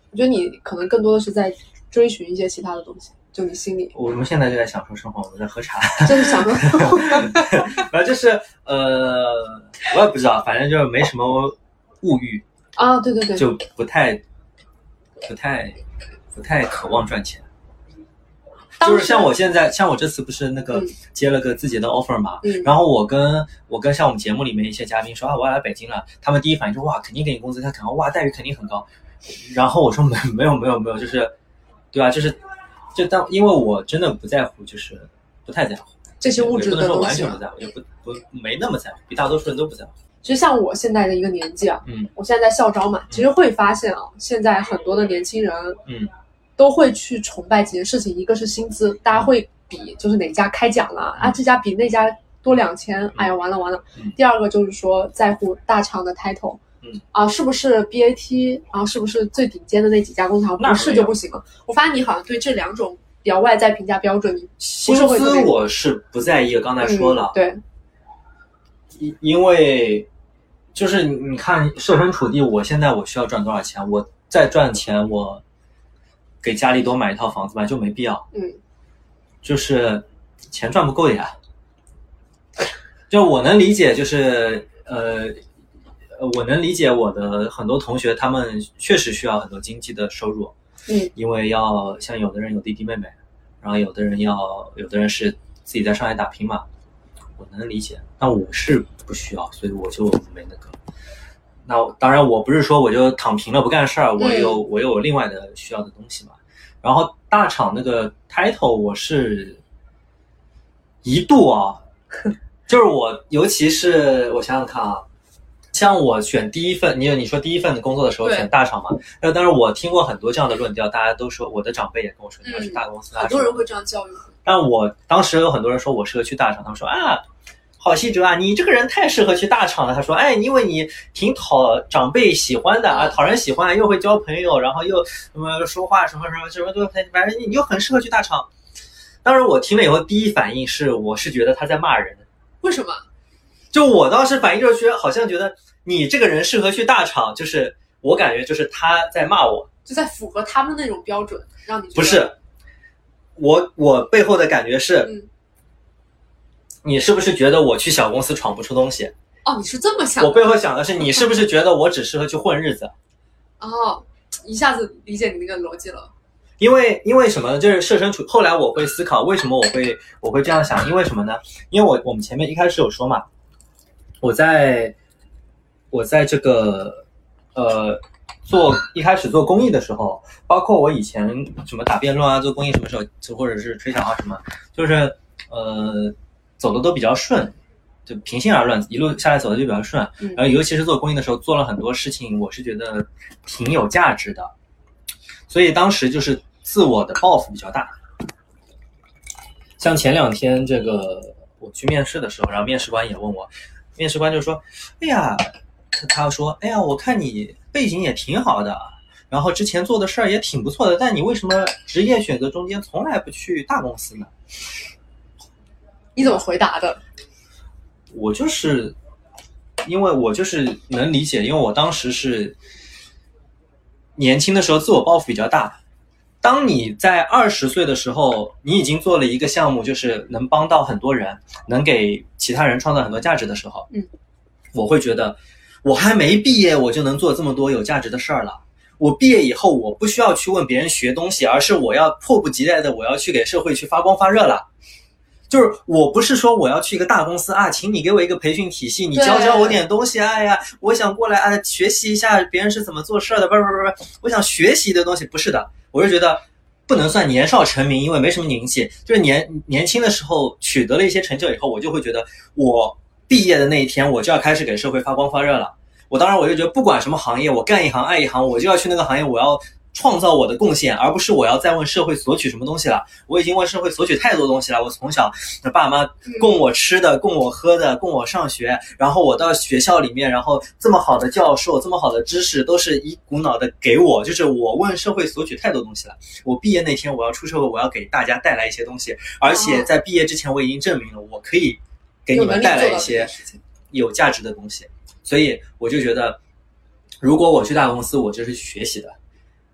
我觉得你可能更多的是在追寻一些其他的东西，就你心里。 我们现在就在享受生活，我们在喝茶， 真是享受生活。 然后就是呃，我也不知道，反正就是没什么物欲啊，对对对， 就不太不太不太渴望赚钱。就是像我现在，像我这次不是那个接了个自己的 offer 嘛， 嗯、 然后我跟我跟像我们节目里面一些嘉宾说啊，我要来北京了，他们第一反应就哇，肯定给你工资，他可能哇待遇肯定很高，然后我说没没有没有没有，就是对吧？就是就当因为我真的不在乎，就是不太在乎这些物质的东西， 不能说完全不在乎，也不不没那么在乎，比大多数人都不在乎。 其实像我现在的一个年纪啊， 嗯， 我现在在校招嘛，其实会发现啊，现在很多的年轻人， 嗯。 都会去崇拜几件事情，一个是薪资，大家会比就是哪家开奖了、嗯、啊，这家比那家多两千，哎呀完了完了、 嗯。 第二个就是说在乎大厂的 title， 嗯啊是不是 B A T， 然后是不是最顶尖的那几家工厂，不是就不行了。我发现你好像对这两种比较外在评价标准，你薪资我是不在意，刚才说了， 嗯、对， 因因为就是你看设身处地，我现在我需要赚多少钱，我再赚钱我。给家里多买一套房子吧，就没必要。 嗯， 就是钱赚不够的呀。就我能理解，就是呃，我能理解我的很多同学，他们确实需要很多经济的收入。 嗯， 因为要像有的人有弟弟妹妹，然后有的人要，有的人是自己在上海打拼嘛，我能理解。但我是不需要，所以我就没那个。那当然我不是说我就躺平了不干事儿，我有、嗯、我有另外的需要的东西嘛。然后大厂那个 title 我是一度啊，就是我尤其是我想想看啊，像我选第一份，你你说第一份的工作的时候选大厂嘛，那当然我听过很多这样的论调，大家都说，我的长辈也跟我说你要去大公司、 嗯，很多人会这样教育。 但我当时有很多人说我适合去大厂，他们说啊。好希哲啊，你这个人太适合去大厂了。他说，哎，因为你挺讨长辈喜欢的啊，讨人喜欢，又会交朋友，然后又什么说话什么什么什么都，反正你就很适合去大厂。当时我听了以后，第一反应是，我是觉得他在骂人。 为什么？ 就我当时反应就是觉得，好像觉得你这个人适合去大厂，就是我感觉就是他在骂我， 就在符合他们那种标准，让你觉得不是。我我背后的感觉是。 嗯， 你是不是觉得我去小公司闯不出东西？ 哦，你是这么想的。 我背后想的是，你是不是觉得我只适合去混日子？ 哦，一下子理解你那个逻辑了。 因为因为什么呢？就是设身处，后来我会思考为什么我会我会这样想，因为什么呢？因为我我们前面一开始有说嘛，我在我在这个呃做一开始做公益的时候，包括我以前什么打辩论啊，做公益什么时候，就或者是吹响啊什么，就是呃。走的都比较顺，就平心而论，一路下来走的就比较顺。然后尤其是做公益的时候，做了很多事情，我是觉得挺有价值的，所以当时就是自我的抱负比较大。像前两天这个我去面试的时候，然后面试官也问我，面试官就说：“哎呀，他说，哎呀，我看你背景也挺好的，然后之前做的事儿也挺不错的，但你为什么职业选择中间从来不去大公司呢？” 你怎么回答的？ 我就是因为我就是能理解，因为我当时是年轻的时候自我抱负比较大。当你在二十岁的时候，你已经做了一个项目，就是能帮到很多人，能给其他人创造很多价值的时候， 嗯， 我会觉得我还没毕业，我就能做这么多有价值的事儿了。我毕业以后，我不需要去问别人学东西，而是我要迫不及待的，我要去给社会去发光发热了。就是我不是说我要去一个大公司啊，请你给我一个培训体系，你教教我点东西，哎呀，我想过来啊学习一下别人是怎么做事的，不是不是不是，我想学习的东西，不是的，我是觉得不能算年少成名，因为没什么名气，就是年年轻的时候取得了一些成就以后，我就会觉得我毕业的那一天我就要开始给社会发光发热了。我当然我就觉得不管什么行业，我干一行爱一行，我就要去那个行业，我要创造我的贡献，而不是我要再问社会索取什么东西了。我已经问社会索取太多东西了。我从小爸妈供我吃的，供我喝的，供我上学，然后我到学校里面，然后这么好的教授，这么好的知识都是一股脑的给我，就是我问社会索取太多东西了。我毕业那天我要出社会，我要给大家带来一些东西，而且在毕业之前我已经证明了我可以给你们带来一些有价值的东西。所以我就觉得如果我去大公司，我就是学习的，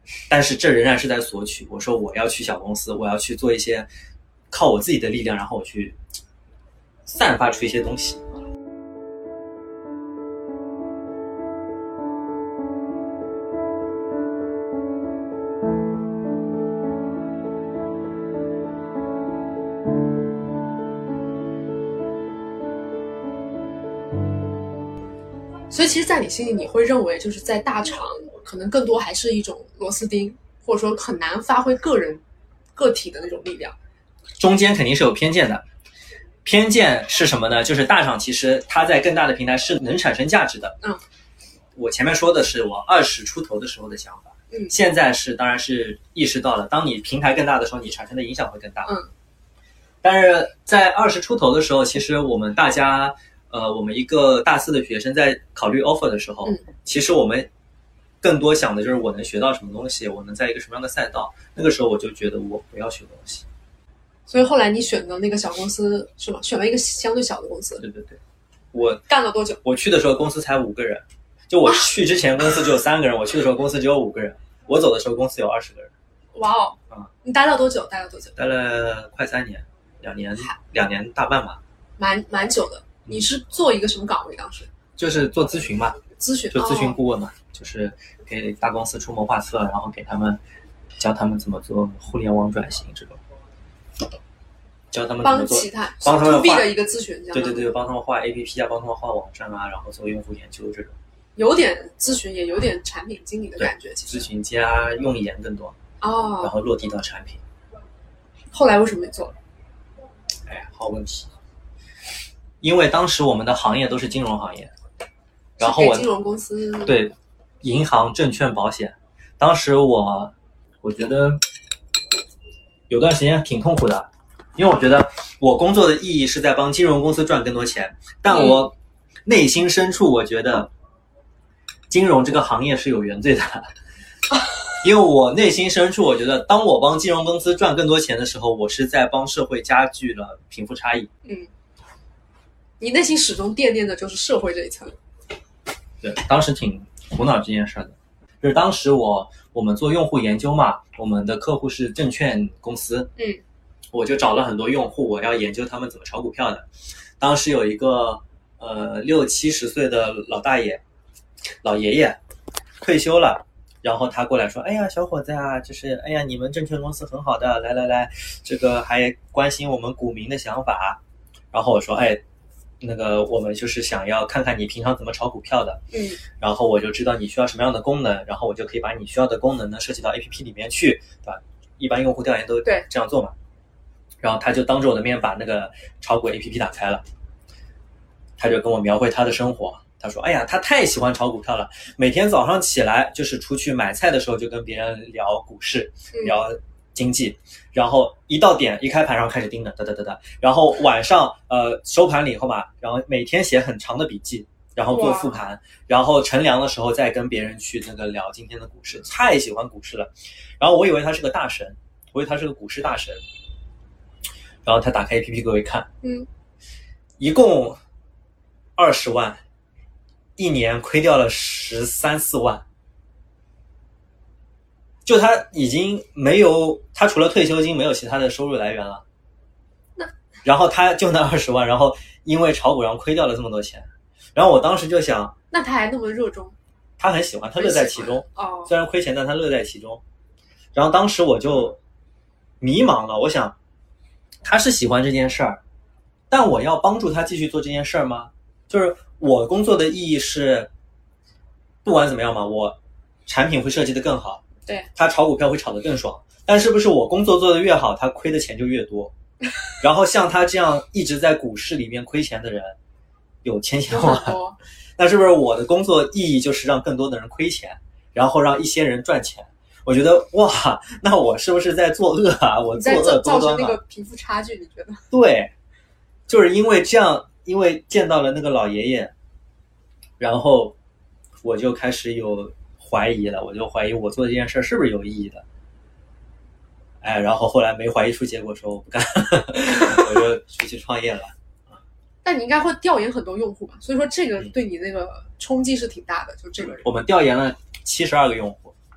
但是这仍然是在索取。我说我要去小公司，我要去做一些靠我自己的力量，然后我去散发出一些东西。 所以其实在你心里你会认为就是在大厂可能更多还是一种螺丝钉，或者说很难发挥个人个体的那种力量， 中间肯定是有偏见的。偏见是什么呢？就是大厂其实它在更大的平台是能产生价值的。 嗯， 我前面说的是我二十出头的时候的想法， 嗯， 现在是当然是意识到了，当你平台更大的时候，你产生的影响会更大。 嗯， 但是在二十出头的时候，其实我们大家呃，我们一个大四的学生在考虑 offer 的时候， 嗯， 其实我们更多想的就是我能学到什么东西，我能在一个什么样的赛道。那个时候我就觉得我不要学东西。 所以后来你选的那个小公司是吗？选了一个相对小的公司。 对对对，我干了多久？ 我去的时候公司才五个人，就我去之前公司只有三个人，我去的时候公司只有五个人，我走的时候公司有二十个人。 哇哦！ 啊， 你待了多久？待了多久？ 待了快三年，两年两年大半吧。 蛮蛮久的。你是做一个什么岗位当时？ 就是做咨询嘛， 咨询， 就咨询顾问嘛，哦、就是给大公司出谋划策，然后给他们教他们怎么做互联网转型这种，教他们怎么做， 帮其他帮他们画的一个咨询， 对对对，帮他们画 A P P 啊，帮他们画网站啊，然后做用户研究这种， 有点咨询，也有点产品经理的感觉。其实咨询加用研更多哦， 然后落地到产品。 后来为什么没做？ 哎，好问题。因为当时我们的行业都是金融行业，然后我金融公司对银行、证券、保险。当时我我觉得有段时间挺痛苦的，因为我觉得我工作的意义是在帮金融公司赚更多钱，但我内心深处我觉得金融这个行业是有原罪的。因为我内心深处我觉得当我帮金融公司赚更多钱的时候，我是在帮社会加剧了贫富差异。 嗯，你内心始终惦念的就是社会这一层。 对，当时挺苦恼这件事的。就是当时我我们做用户研究嘛，我们的客户是证券公司， 嗯， 我就找了很多用户，我要研究他们怎么炒股票的。当时有一个呃六七十岁的老大爷、老爷爷退休了，然后他过来说：“哎呀，小伙子啊，就是哎呀，你们证券公司很好的，来来来，这个还关心我们股民的想法。”然后我说：“哎。”那个我们就是想要看看你平常怎么炒股票的， 嗯， 然后我就知道你需要什么样的功能，然后我就可以把你需要的功能呢设计到 A P P 里面去，对吧？一般用户调研都这样做嘛。然后他就当着我的面把那个炒股 A P P 打开了，他就跟我描绘他的生活。他说：“哎呀，他太喜欢炒股票了，每天早上起来就是出去买菜的时候就跟别人聊股市，聊经济。”然后一到点一开盘，然后开始盯的，哒哒哒哒。然后晚上呃收盘了以后嘛，然后每天写很长的笔记，然后做复盘，然后乘凉的时候再跟别人去那个聊今天的股市，太喜欢股市了。然后我以为他是个大神，我以为他是个股市大神。然后他打开 A P P 给我一看， 嗯， 一共二十万，一年亏掉了十三四万。就他已经没有，他除了退休金没有其他的收入来源了。 那然后他就那二十万，然后因为炒股然后亏掉了这么多钱。然后我当时就想， 那他还那么热衷？ 他很喜欢，他乐在其中。 哦， 虽然亏钱，但他乐在其中。然后当时我就迷茫了，我想，他是喜欢这件事儿，但我要帮助他继续做这件事儿吗？就是我工作的意义是，不管怎么样嘛，我产品会设计得更好。 对， 他炒股票会炒得更爽，但是不是我工作做得越好，他亏的钱就越多？然后像他这样一直在股市里面亏钱的人，有千千万。那是不是我的工作意义就是让更多的人亏钱，然后让一些人赚钱？我觉得哇，那我是不是在作恶啊？我作恶多端啊！ 造成那个贫富差距，你觉得？ 对，就是因为这样，因为见到了那个老爷爷，然后我就开始有。怀疑了，我就怀疑我做这件事是不是有意义的，哎，然后后来没怀疑出结果，说我不干，我就出去创业了。 但你应该会调研很多用户吧？所以说这个对你那个冲击是挺大的，就这个人。 我们调研了七十二个用户，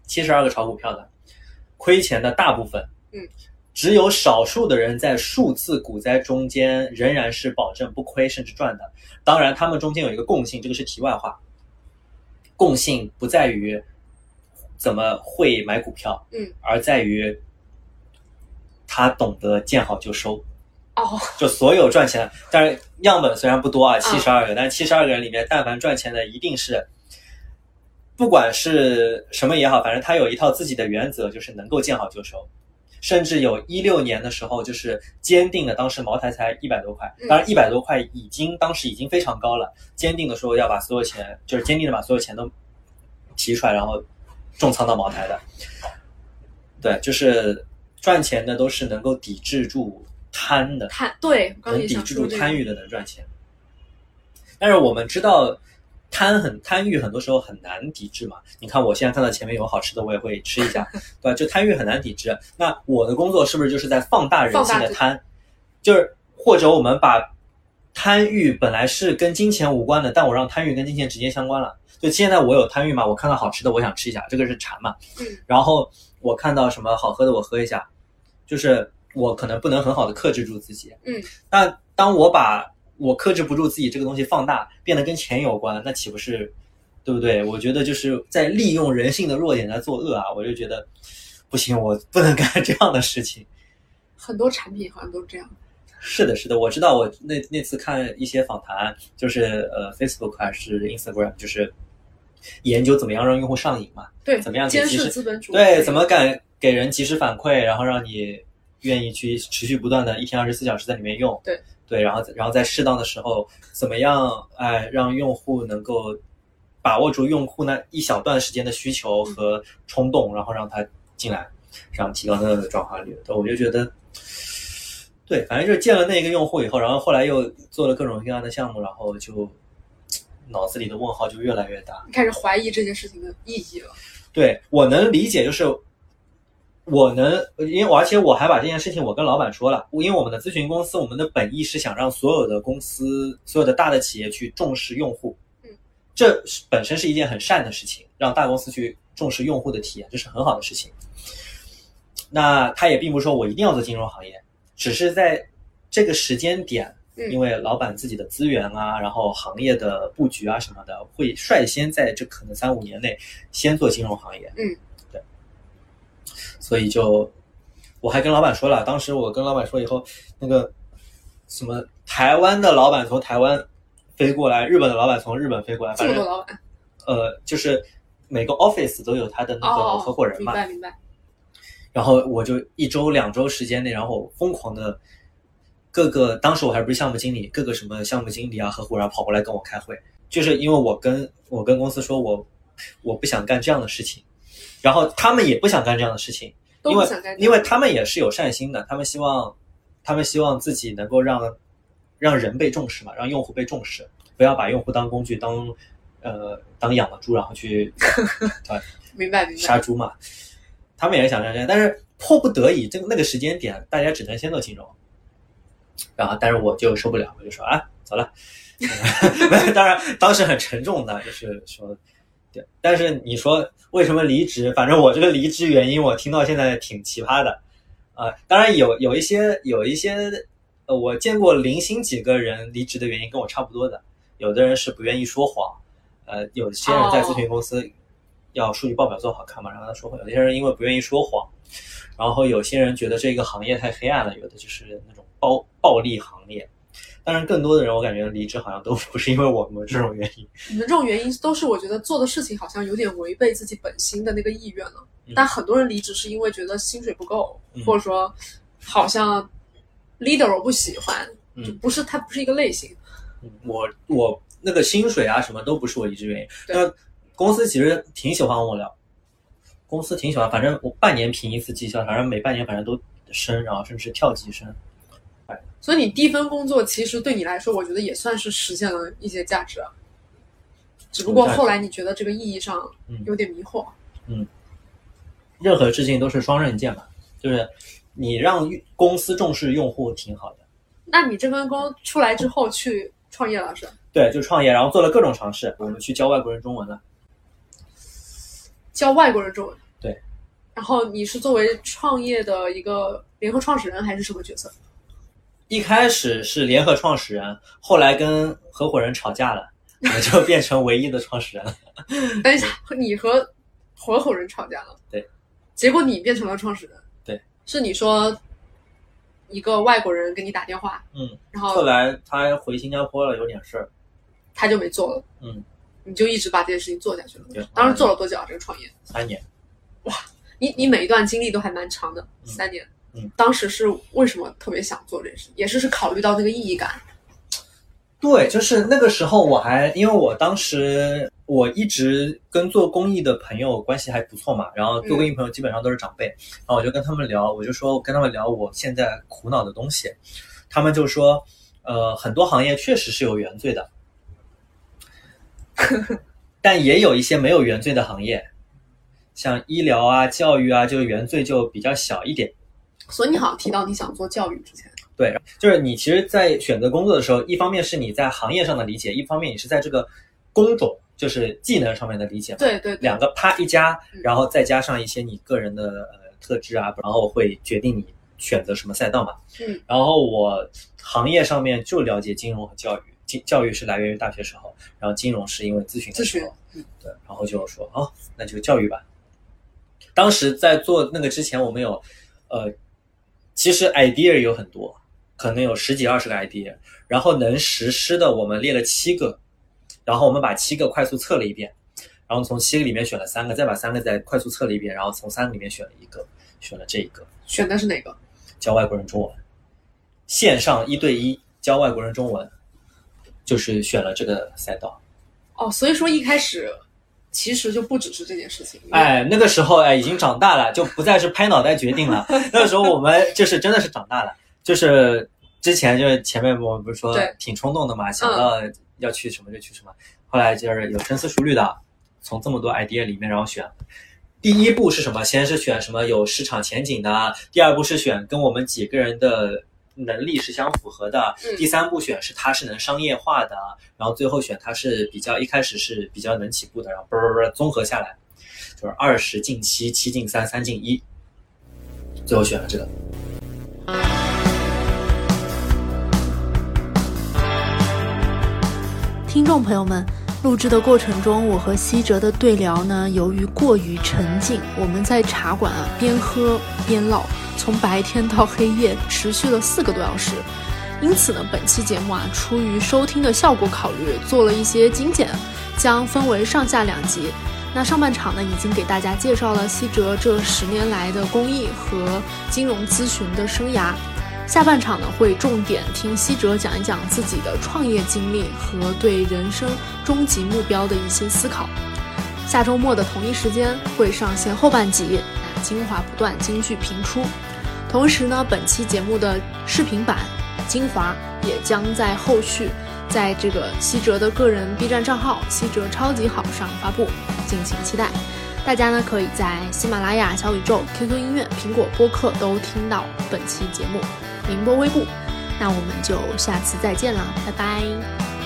七十二个炒股票的，亏钱的大部分， 嗯， 只有少数的人在数次股灾中间仍然是保证不亏甚至赚的。当然他们中间有一个共性，这个是题外话，共性不在于怎么会买股票， 嗯， 而在于他懂得见好就收。 哦， 就所有赚钱，但是样本虽然不多啊，七十二个，但是七十二个人里面，但凡赚钱的，一定是，不管是什么也好，反正他有一套自己的原则，就是能够见好就收。甚至有一六年的时候，就是坚定的，当时茅台才一百多块，当然一百多块已经当时已经非常高了，坚定的说要把所有钱，就是坚定的把所有钱都提出来，然后重仓到茅台的。对，就是赚钱的都是能够抵制住贪的， 贪，对， 能抵制住贪欲的能赚钱。但是我们知道贪很贪欲很多时候很难抵制嘛，你看我现在看到前面有好吃的我也会吃一下，对吧？就贪欲很难抵制。那我的工作是不是就是在放大人性的贪？就是或者我们把贪欲本来是跟金钱无关的，但我让贪欲跟金钱直接相关了。就现在我有贪欲嘛，我看到好吃的我想吃一下，这个是馋嘛。 嗯。 然后我看到什么好喝的我喝一下，就是我可能不能很好的克制住自己。 嗯。 但当我把我克制不住自己这个东西放大，变得跟钱有关，那岂不是对不对？我觉得就是在利用人性的弱点来作恶啊！我就觉得不行，我不能干这样的事情。 很多产品好像都这样。 是的，是的，我知道。我那那次看一些访谈，就是呃 Facebook 还是 Instagram， 就是研究怎么样让用户上瘾嘛。 对， 怎么样监视资本主义。 对，怎么敢给人及时反馈，然后让你愿意去持续不断的一天二十四小时在里面用。 对。 对，然后然后在适当的时候，怎么样哎让用户能够把握住用户那一小段时间的需求和冲动，然后让他进来，然后提高他的转化率。我就觉得，对，反正就是见了那个用户以后，然后后来又做了各种各样的项目，然后就脑子里的问号就越来越大， 开始怀疑这件事情的意义了。对， 我能理解，就是我能，因为我而且我还把这件事情我跟老板说了，因为我们的咨询公司，我们的本意是想让所有的公司、所有的大的企业去重视用户， 嗯， 这本身是一件很善的事情，让大公司去重视用户的体验，这是很好的事情。那他也并不是说我一定要做金融行业，只是在这个时间点，因为老板自己的资源啊，然后行业的布局啊什么的，会率先在这可能三五年内先做金融行业， 嗯。 所以就我还跟老板说了，当时我跟老板说以后，那个什么台湾的老板从台湾飞过来，日本的老板从日本飞过来，反正这么多老板， 呃，就是每个 office 都有他的那个合伙人嘛， 哦、明白明白。 然后我就一周两周时间内，然后疯狂的各个，当时我还不是项目经理，各个什么项目经理啊、合伙人跑过来跟我开会，就是因为我跟我跟公司说我我不想干这样的事情，然后他们也不想干这样的事情。因为因为他们也是有善心的，他们希望他们希望自己能够让让人被重视嘛，让用户被重视，不要把用户当工具，当呃当养的猪，然后去明白明白杀猪嘛。他们也是想这样，但是迫不得已，这个那个时间点，大家只能先做金融。然后，但是我就受不了，我就说啊，走了。当然，当时很沉重的，就是说。对，但是你说为什么离职？反正我这个离职原因，我听到现在挺奇葩的，啊、呃，当然有有一些有一些，呃，我见过零星几个人离职的原因跟我差不多的，有的人是不愿意说谎，呃，有些人在咨询公司要数据报表做好看嘛，让他说谎；有些人因为不愿意说谎，然后有些人觉得这个行业太黑暗了，有的就是那种暴暴利行业。当然更多的人我感觉离职好像都不是因为我们这种原因， 你们这种原因都是我觉得做的事情好像有点违背自己本心的那个意愿了、嗯、但很多人离职是因为觉得薪水不够、嗯、或者说好像 leader 我不喜欢、嗯、就不是它不是一个类型、 嗯、我我那个薪水啊什么都不是我离职原因。那公司其实挺喜欢我的，公司挺喜欢，反正我半年评一次绩效，反正每半年反正都升，然后甚至跳级升。 所以你第一份工作其实对你来说我觉得也算是实现了一些价值啊，只不过后来你觉得这个意义上有点迷惑。 嗯，任何事情都是双刃剑嘛，就是你让公司重视用户挺好的。 那你这份工出来之后去创业了是吧？ 对，就创业，然后做了各种尝试，我们去教外国人中文了。 教外国人中文？ 对， 然后你是作为创业的一个联合创始人还是什么角色？ 一开始是联合创始人，后来跟合伙人吵架了，我就变成唯一的创始人了。 等一下，你和合伙人吵架了？ 对。 结果你变成了创始人？ 对。 是你说一个外国人给你打电话， 嗯， 然后后来他回新加坡了，有点事儿， 他就没做了。 嗯， 你就一直把这件事情做下去了。当时做了多久啊？这个创业？ 三年。 哇，你你每一段经历都还蛮长的，嗯、三年。 嗯， 当时是为什么特别想做这件事？也是是考虑到那个意义感。 对，就是那个时候我还因为我当时我一直跟做公益的朋友关系还不错嘛，然后做公益朋友基本上都是长辈，嗯、然后我就跟他们聊，我就说我跟他们聊我现在苦恼的东西，他们就说，呃，很多行业确实是有原罪的，但也有一些没有原罪的行业，像医疗啊、教育啊，就原罪就比较小一点。 所以你好像提到你想做教育之前。 对，就是你其实在选择工作的时候，一方面是你在行业上的理解，一方面你是在这个工种就是技能上面的理解嘛。 对 对, 对， 两个啪一加，然后再加上一些你个人的呃特质啊，然后会决定你选择什么赛道嘛。 嗯， 然后我行业上面就了解金融和教育，教育是来源于大学时候，然后金融是因为咨询的时候。 嗯， 对，然后就说哦，那就教育吧。当时在做那个之前，我们有呃，其实 idea 有很多。可能有十几二十个 idea， 然后能实施的我们列了七个，然后我们把七个快速测了一遍，然后从七个里面选了三个，再把三个再快速测了一遍，然后从三个里面选了一个，选了这一个。 选的是哪个？ 教外国人中文，线上一对一教外国人中文，就是选了这个赛道。 哦，所以说一开始其实就不只是这件事情。 哎，那个时候哎已经长大了，就不再是拍脑袋决定了。那个时候我们就是真的是长大了。就是之前就是前面我们不是说挺冲动的嘛，想到要去什么就去什么，后来就是有深思熟虑的，从这么多 idea 里面然后选。第一步是什么？先是选什么有市场前景的，第二步是选跟我们几个人的能力是相符合的， 嗯、 第三步选是它是能商业化的，然后最后选它是比较一开始是比较能起步的，然后啵啵啵综合下来就是二十进七，七进三，三进一，最后选了这个。 听众朋友们，录制的过程中，我和西哲的对聊呢，由于过于沉静，我们在茶馆啊边喝边唠，从白天到黑夜，持续了四个多小时。因此呢，本期节目啊，出于收听的效果考虑，做了一些精简，将分为上下两集。那上半场呢，已经给大家介绍了西哲这十年来的公益和金融咨询的生涯。下半场呢，会重点听西哲讲一讲自己的创业经历和对人生终极目标的一些思考。下周末的同一时间会上线后半集，精华不断，金句频出。同时呢，本期节目的视频版精华也将在后续在这个西哲的个人 B 站账号西哲超级好上发布，敬请期待。大家呢可以在喜马拉雅、小宇宙、Q Q 音乐、苹果播客都听到本期节目，宁波微步。那我们就下次再见啦，拜拜。